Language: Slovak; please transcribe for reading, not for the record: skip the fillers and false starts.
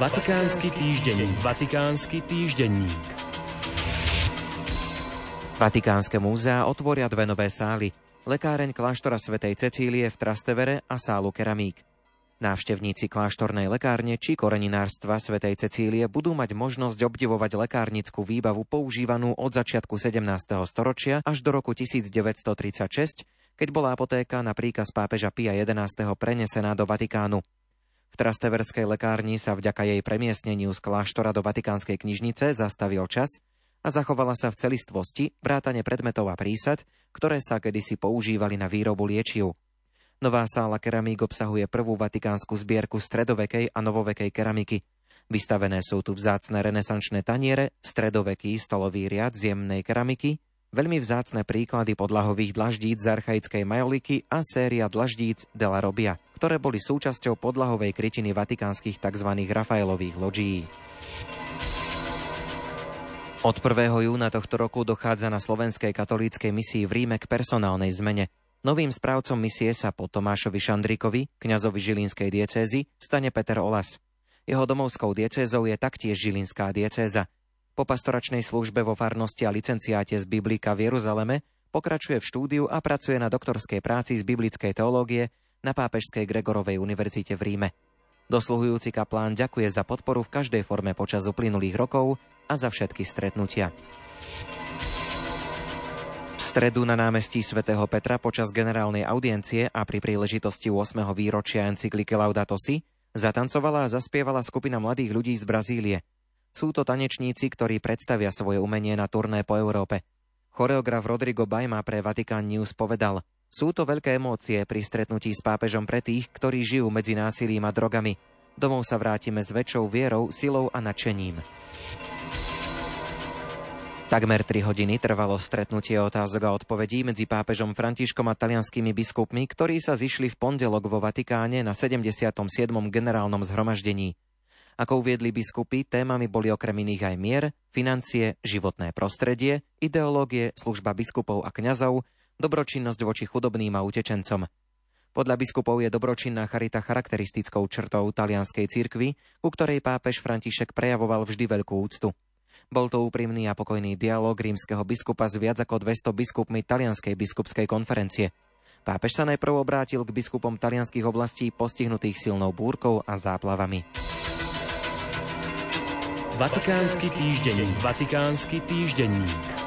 Vatikánsky týždenník. Vatikánsky týždenník. Vatikánske múzea otvoria dve nové sály. Lekáreň kláštora svätej Cecílie v Trastevere a sálu Keramík. Návštevníci kláštornej lekárne či koreninárstva svätej Cecílie budú mať možnosť obdivovať lekárnickú výbavu používanú od začiatku 17. storočia až do roku 1936, keď bola apotéka na príkaz pápeža Pia XI. Prenesená do Vatikánu. V Trasteverskej lekárni sa vďaka jej premiestneniu z kláštora do Vatikánskej knižnice zastavil čas a zachovala sa v celistvosti vrátane predmetov a prísad, ktoré sa kedysi používali na výrobu liečiv. Nová sála Keramík obsahuje prvú vatikánsku zbierku stredovekej a novovekej keramiky. Vystavené sú tu vzácne renesančné taniere, stredoveký stolový riad z jemnej keramiky, veľmi vzácne príklady podlahových dlaždíc z archaickej majoliky a séria dlaždíc della Robbia, ktoré boli súčasťou podlahovej krytiny vatikánskych tzv. Rafaelových lodžií. Od 1. júna tohto roku dochádza na slovenskej katolíckej misii v Ríme k personálnej zmene. Novým správcom misie sa po Tomášovi Šandríkovi, kňazovi Žilínskej diecézy, stane Peter Olas. Jeho domovskou diecézou je taktiež Žilinská diecéza. Po pastoračnej službe vo farnosti a licenciáte z biblika v Jeruzaleme pokračuje v štúdiu a pracuje na doktorskej práci z biblickej teológie na Pápežskej Gregorovej univerzite v Ríme. Dosluhujúci kaplán ďakuje za podporu v každej forme počas uplynulých rokov a za všetky stretnutia. V stredu na námestí svätého Petra počas generálnej audiencie a pri príležitosti 8. výročia encykliky Laudato Si zatancovala a zaspievala skupina mladých ľudí z Brazílie. Sú to tanečníci, ktorí predstavia svoje umenie na turné po Európe. Choreograf Rodrigo Bajma pre Vatikán News povedal: sú to veľké emócie pri stretnutí s pápežom pre tých, ktorí žijú medzi násilím a drogami. Domov sa vrátime s väčšou vierou, silou a nadšením. Takmer 3 hodiny trvalo stretnutie otázok a odpovedí medzi pápežom Františkom a talianskými biskupmi, ktorí sa zišli v pondelok vo Vatikáne na 77. generálnom zhromaždení. Ako uviedli biskupy, témami boli okrem iných aj mier, financie, životné prostredie, ideológie, služba biskupov a kňazov, dobročinnosť voči chudobným a utečencom. Podľa biskupov je dobročinná charita charakteristickou črtou talianskej cirkvi, ku ktorej pápež František prejavoval vždy veľkú úctu. Bol to úprimný a pokojný dialóg rímskeho biskupa s viac ako 200 biskupmi Talianskej biskupskej konferencie. Pápež sa najprv obrátil k biskupom talianskych oblastí postihnutých silnou búrkou a záplavami. Vatikánsky týždenník. Vatikánsky týždenník.